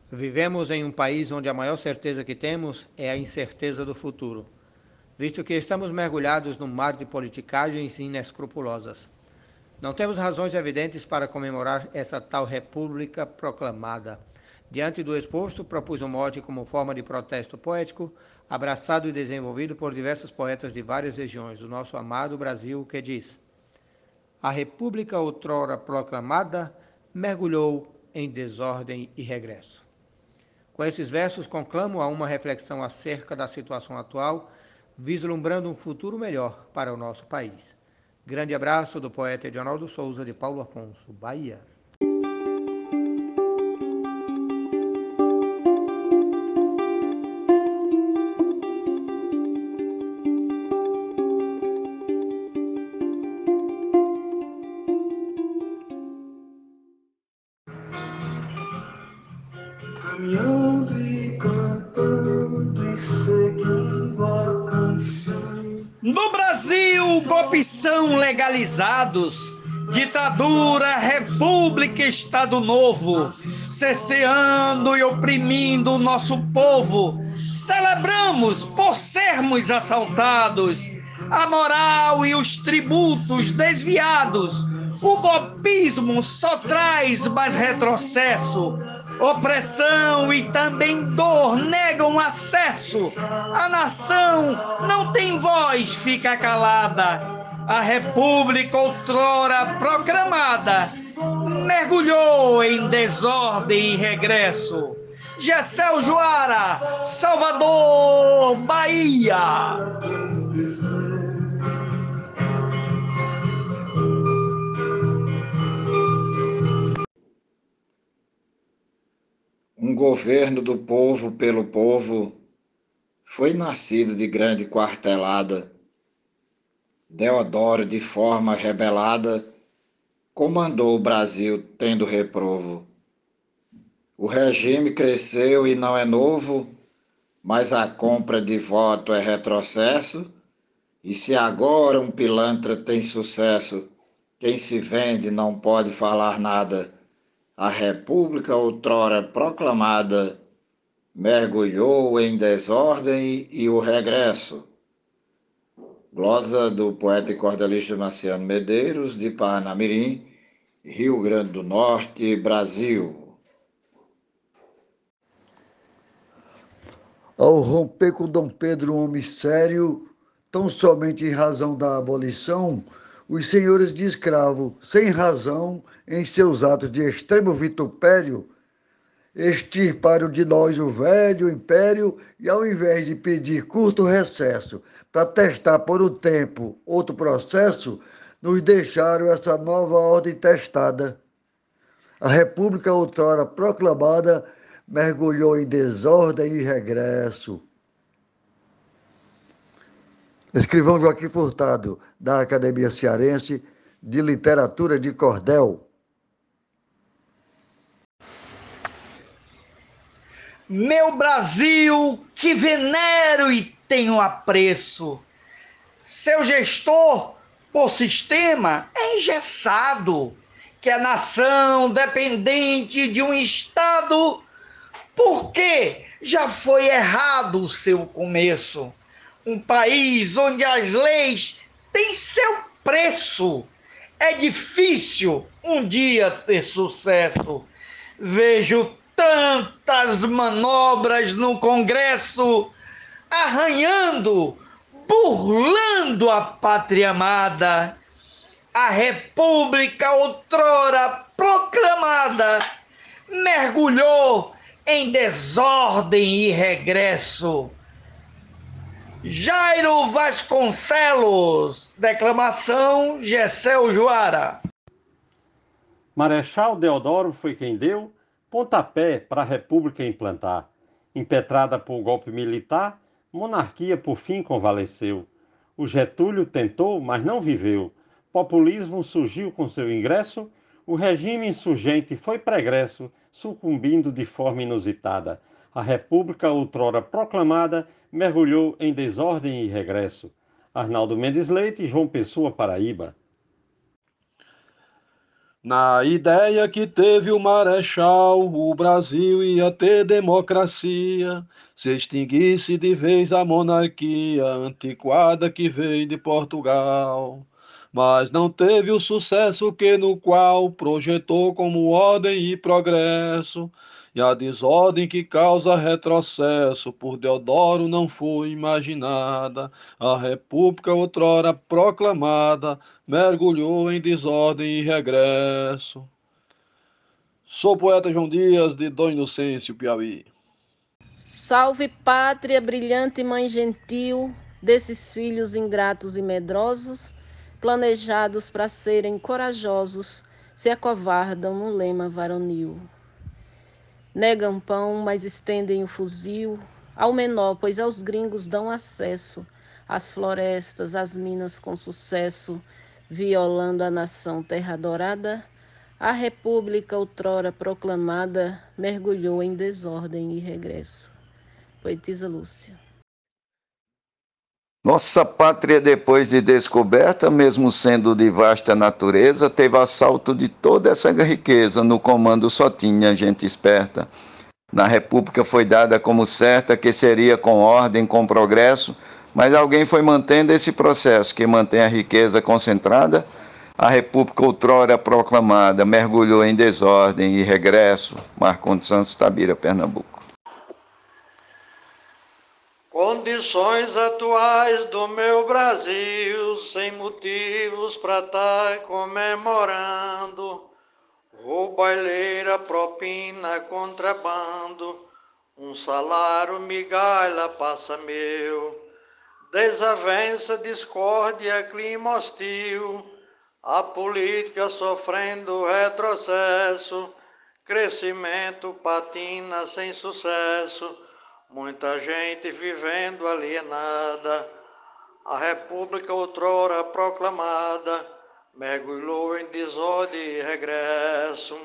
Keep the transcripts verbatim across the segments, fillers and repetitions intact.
Vivemos em um país onde a maior certeza que temos é a incerteza do futuro, visto que estamos mergulhados num mar de politicagens inescrupulosas. Não temos razões evidentes para comemorar essa tal república proclamada. Diante do exposto, propus um mote como forma de protesto poético, abraçado e desenvolvido por diversos poetas de várias regiões do nosso amado Brasil, que diz: a república outrora proclamada mergulhou em desordem e regresso. Com esses versos, conclamo a uma reflexão acerca da situação atual, vislumbrando um futuro melhor para o nosso país. Grande abraço do poeta Edionaldo Souza, de Paulo Afonso, Bahia. Caminhando e cantando e seguindo a canção. No Brasil, golpes são legalizados. Ditadura, república, Estado Novo, cerceando e oprimindo o nosso povo. Celebramos por sermos assaltados, a moral e os tributos desviados. O golpismo só traz mais retrocesso. Opressão e também dor negam acesso. A nação não tem voz, fica calada. A república outrora proclamada mergulhou em desordem e regresso. Gessel Juara, Salvador, Bahia. Um governo do povo pelo povo foi nascido de grande quartelada. Deodoro, de forma rebelada, comandou o Brasil tendo reprovo. O regime cresceu e não é novo, mas a compra de voto é retrocesso, e se agora um pilantra tem sucesso, quem se vende não pode falar nada. A república outrora proclamada mergulhou em desordem e o regresso. Glosa do poeta e cordelista Marciano Medeiros, de Parnamirim, Rio Grande do Norte, Brasil. Ao romper com Dom Pedro um homem sério, tão somente em razão da abolição, os senhores de escravo, sem razão, em seus atos de extremo vitupério, extirparam de nós o velho império e, ao invés de pedir curto recesso para testar por um tempo outro processo, nos deixaram essa nova ordem testada. A república outrora proclamada mergulhou em desordem e regresso. Escrivão Joaquim Furtado, da Academia Cearense de Literatura de Cordel. Meu Brasil, que venero e tenho apreço. Seu gestor, por sistema, é engessado, que a nação dependente de um Estado, porque já foi errado o seu começo. Um país onde as leis têm seu preço. É difícil um dia ter sucesso. Vejo tantas manobras no Congresso, arranhando, burlando a pátria amada. A república outrora proclamada mergulhou em desordem e regresso. Jairo Vasconcelos, declamação Gessel Juara. Marechal Deodoro foi quem deu pontapé para a República implantar. Impetrada por golpe militar, monarquia por fim convalesceu. O Getúlio tentou, mas não viveu. Populismo surgiu com seu ingresso, o regime insurgente foi pregresso, sucumbindo de forma inusitada. A República outrora proclamada mergulhou em desordem e regresso. Arnaldo Mendes Leite, João Pessoa, Paraíba. Na ideia que teve o Marechal, o Brasil ia ter democracia, se extinguisse de vez a monarquia antiquada que veio de Portugal. Mas não teve o sucesso que no qual projetou como ordem e progresso, e a desordem que causa retrocesso por Deodoro não foi imaginada. A República outrora proclamada mergulhou em desordem e regresso. Sou o poeta João Dias, de Dom Inocêncio, Piauí. Salve pátria, brilhante mãe gentil, desses filhos ingratos e medrosos, planejados para serem corajosos, se acovardam no lema varonil. Negam pão, mas estendem o fuzil ao menor, pois aos gringos dão acesso às florestas, às minas com sucesso, violando a nação terra adorada. A república outrora proclamada mergulhou em desordem e regresso. Poetisa Lúcia. Nossa pátria, depois de descoberta, mesmo sendo de vasta natureza, teve assalto de toda essa riqueza, no comando só tinha gente esperta. Na República foi dada como certa que seria com ordem, com progresso, mas alguém foi mantendo esse processo que mantém a riqueza concentrada. A República outrora proclamada mergulhou em desordem e regresso. Marcondes Santos, Tabira, Pernambuco. Condições atuais do meu Brasil, sem motivos para estar comemorando. Roubalheira, propina, contrabando, um salário migalha passa meu. Desavença, discórdia, clima hostil, a política sofrendo retrocesso, crescimento patina sem sucesso. Muita gente vivendo alienada, a república outrora proclamada, mergulhou em desordem e regresso.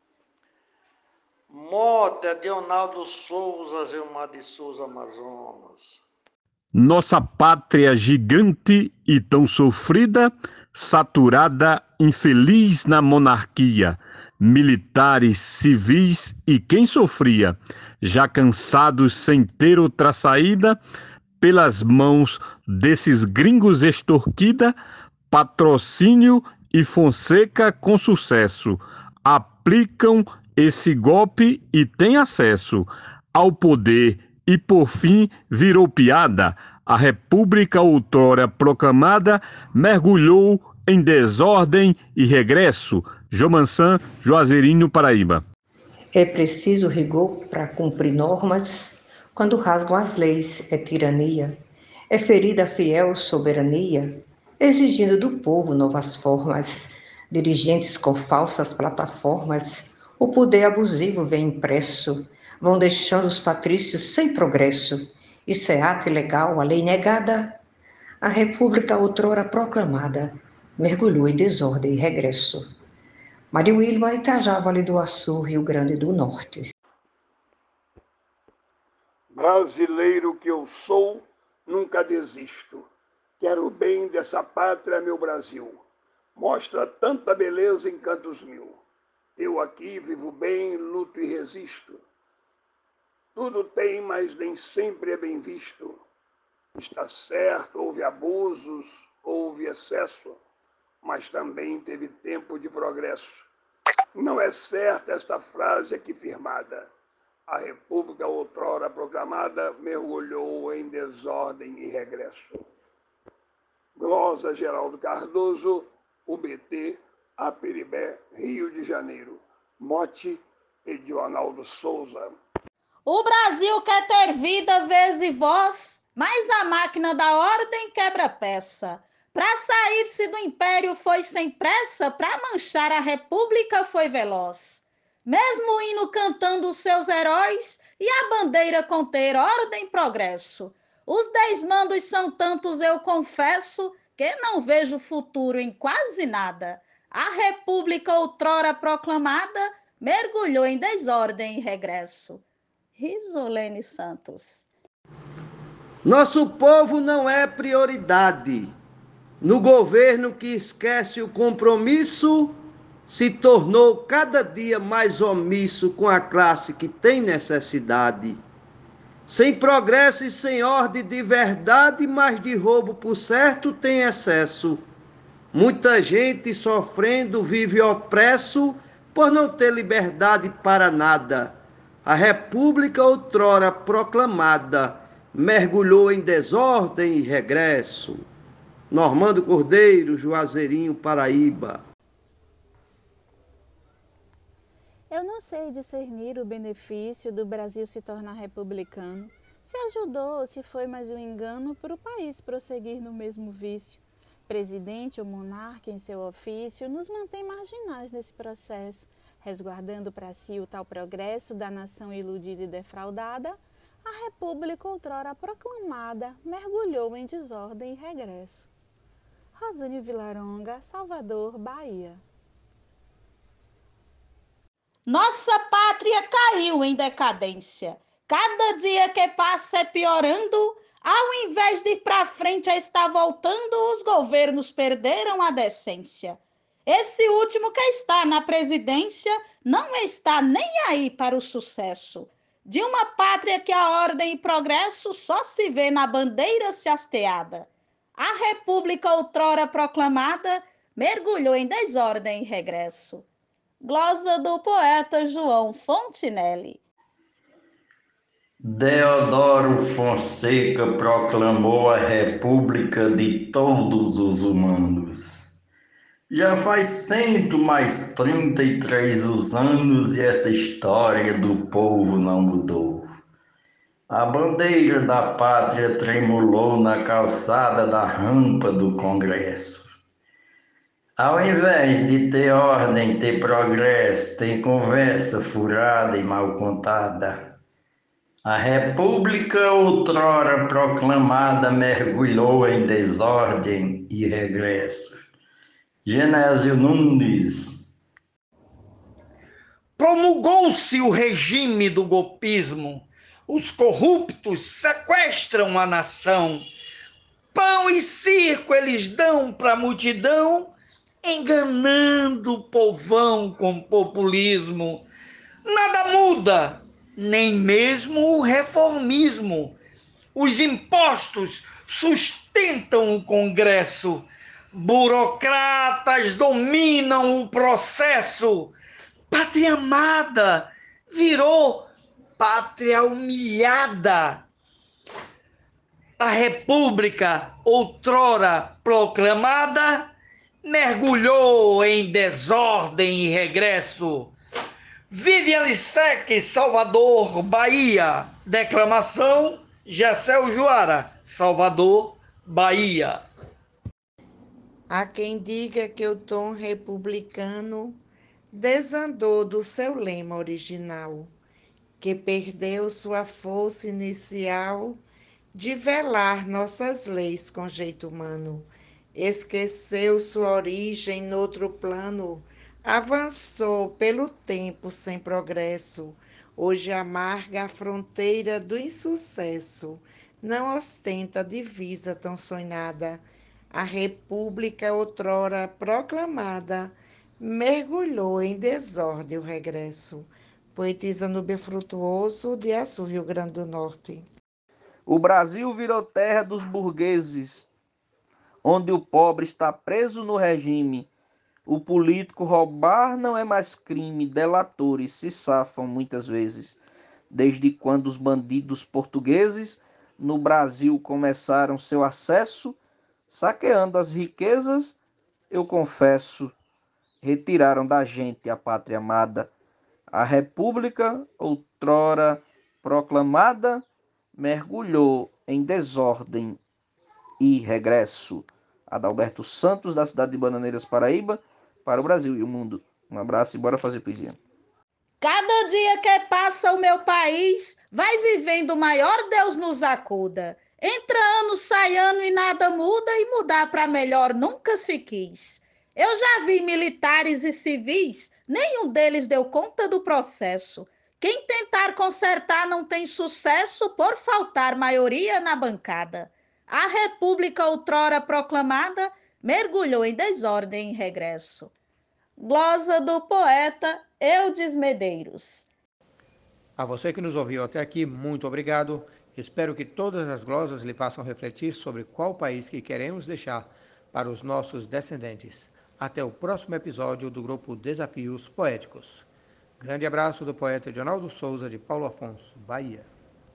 Morte é de Ronaldo Souza, Gilmar de Souza, Amazonas. Nossa pátria gigante e tão sofrida, saturada, infeliz na monarquia, militares, civis e quem sofria, já cansados sem ter outra saída, pelas mãos desses gringos extorquida, patrocínio e Fonseca com sucesso, aplicam esse golpe e têm acesso ao poder e por fim virou piada. A república outrora proclamada mergulhou em desordem e regresso. Jomansan, Juazeirinho, Paraíba. É preciso rigor para cumprir normas, quando rasgam as leis é tirania, é ferida a fiel soberania, exigindo do povo novas formas, dirigentes com falsas plataformas, o poder abusivo vem impresso, vão deixando os patrícios sem progresso, isso é ato ilegal, a lei negada, a república outrora proclamada, mergulhou em desordem e regresso. Maria Wilma, Itajá, Vale do Açu, Rio Grande do Norte. Brasileiro que eu sou, nunca desisto. Quero o bem dessa pátria, meu Brasil. Mostra tanta beleza em cantos mil. Eu aqui vivo bem, luto e resisto. Tudo tem, mas nem sempre é bem visto. Está certo, houve abusos, houve excesso, mas também teve tempo de progresso. Não é certa esta frase aqui firmada. A república outrora proclamada mergulhou em desordem e regresso. Glosa Geraldo Cardoso, U B T, Aperibé, Rio de Janeiro. Mote, Edionaldo Souza. O Brasil quer ter vida, vez e voz, mas a máquina da ordem quebra peça. Para sair-se do império foi sem pressa, para manchar a república foi veloz. Mesmo o hino cantando os seus heróis e a bandeira conter ordem e progresso. Os dez mandos são tantos, eu confesso, que não vejo futuro em quase nada. A república outrora proclamada mergulhou em desordem e regresso. Risolene Santos. Nosso povo não é prioridade. No governo que esquece o compromisso, se tornou cada dia mais omisso com a classe que tem necessidade. Sem progresso e sem ordem de verdade, mas de roubo por certo tem excesso. Muita gente sofrendo vive opresso por não ter liberdade para nada. A república outrora proclamada mergulhou em desordem e regresso. Normando Cordeiro, Juazeirinho, Paraíba. Eu não sei discernir o benefício do Brasil se tornar republicano. Se ajudou ou se foi mais um engano para o país prosseguir no mesmo vício. Presidente ou monarca em seu ofício nos mantém marginais nesse processo, resguardando para si o tal progresso da nação iludida e defraudada. A república outrora proclamada mergulhou em desordem e regresso. Rosane Vilaronga, Salvador, Bahia. Nossa pátria caiu em decadência. Cada dia que passa é piorando. Ao invés de ir para frente a estar voltando, os governos perderam a decência. Esse último que está na presidência não está nem aí para o sucesso de uma pátria que a ordem e progresso só se vê na bandeira se hasteada. A república outrora proclamada mergulhou em desordem e regresso. Glosa do poeta João Fontinelli. Deodoro Fonseca proclamou a república de todos os humanos. Já faz cento mais trinta e três os anos e essa história do povo não mudou. A bandeira da pátria tremulou na calçada da rampa do Congresso. Ao invés de ter ordem, ter progresso, tem conversa furada e mal contada. A república outrora proclamada mergulhou em desordem e regresso. Genésio Nunes. Promulgou-se o regime do golpismo. Os corruptos sequestram a nação. Pão e circo eles dão para a multidão, enganando o povão com populismo. Nada muda, nem mesmo o reformismo. Os impostos sustentam o Congresso. Burocratas dominam o processo. Pátria amada virou pátria humilhada. A república, outrora proclamada, mergulhou em desordem e regresso. Vivian Lissec, Salvador, Bahia. Declamação, Gessel Juara, Salvador, Bahia. Há quem diga que o tom republicano desandou do seu lema original, que perdeu sua força inicial de velar nossas leis com jeito humano. Esqueceu sua origem noutro plano, avançou pelo tempo sem progresso. Hoje amarga a fronteira do insucesso, não ostenta divisa tão sonhada. A república outrora proclamada mergulhou em desordem o regresso. Poetisa Núbia Frutuoso, de Açu, Rio Grande do Norte. O Brasil virou terra dos burgueses, onde o pobre está preso no regime. O político roubar não é mais crime, delatores se safam muitas vezes. Desde quando os bandidos portugueses no Brasil começaram seu acesso, saqueando as riquezas, eu confesso, retiraram da gente a pátria amada. A república, outrora proclamada, mergulhou em desordem e regresso. Adalberto Santos, da cidade de Bananeiras, Paraíba, para o Brasil e o mundo. Um abraço e bora fazer poesia. Cada dia que passa o meu país vai vivendo o maior Deus nos acuda. Entra ano, sai ano e nada muda, e mudar para melhor nunca se quis. Eu já vi militares e civis, nenhum deles deu conta do processo. Quem tentar consertar não tem sucesso por faltar maioria na bancada. A república outrora proclamada mergulhou em desordem e regresso. Glosa do poeta Eudes Medeiros. A você que nos ouviu até aqui, muito obrigado. Espero que todas as glosas lhe façam refletir sobre qual país que queremos deixar para os nossos descendentes. Até o próximo episódio do grupo Desafios Poéticos. Grande abraço do poeta Edinaldo Souza, de Paulo Afonso, Bahia.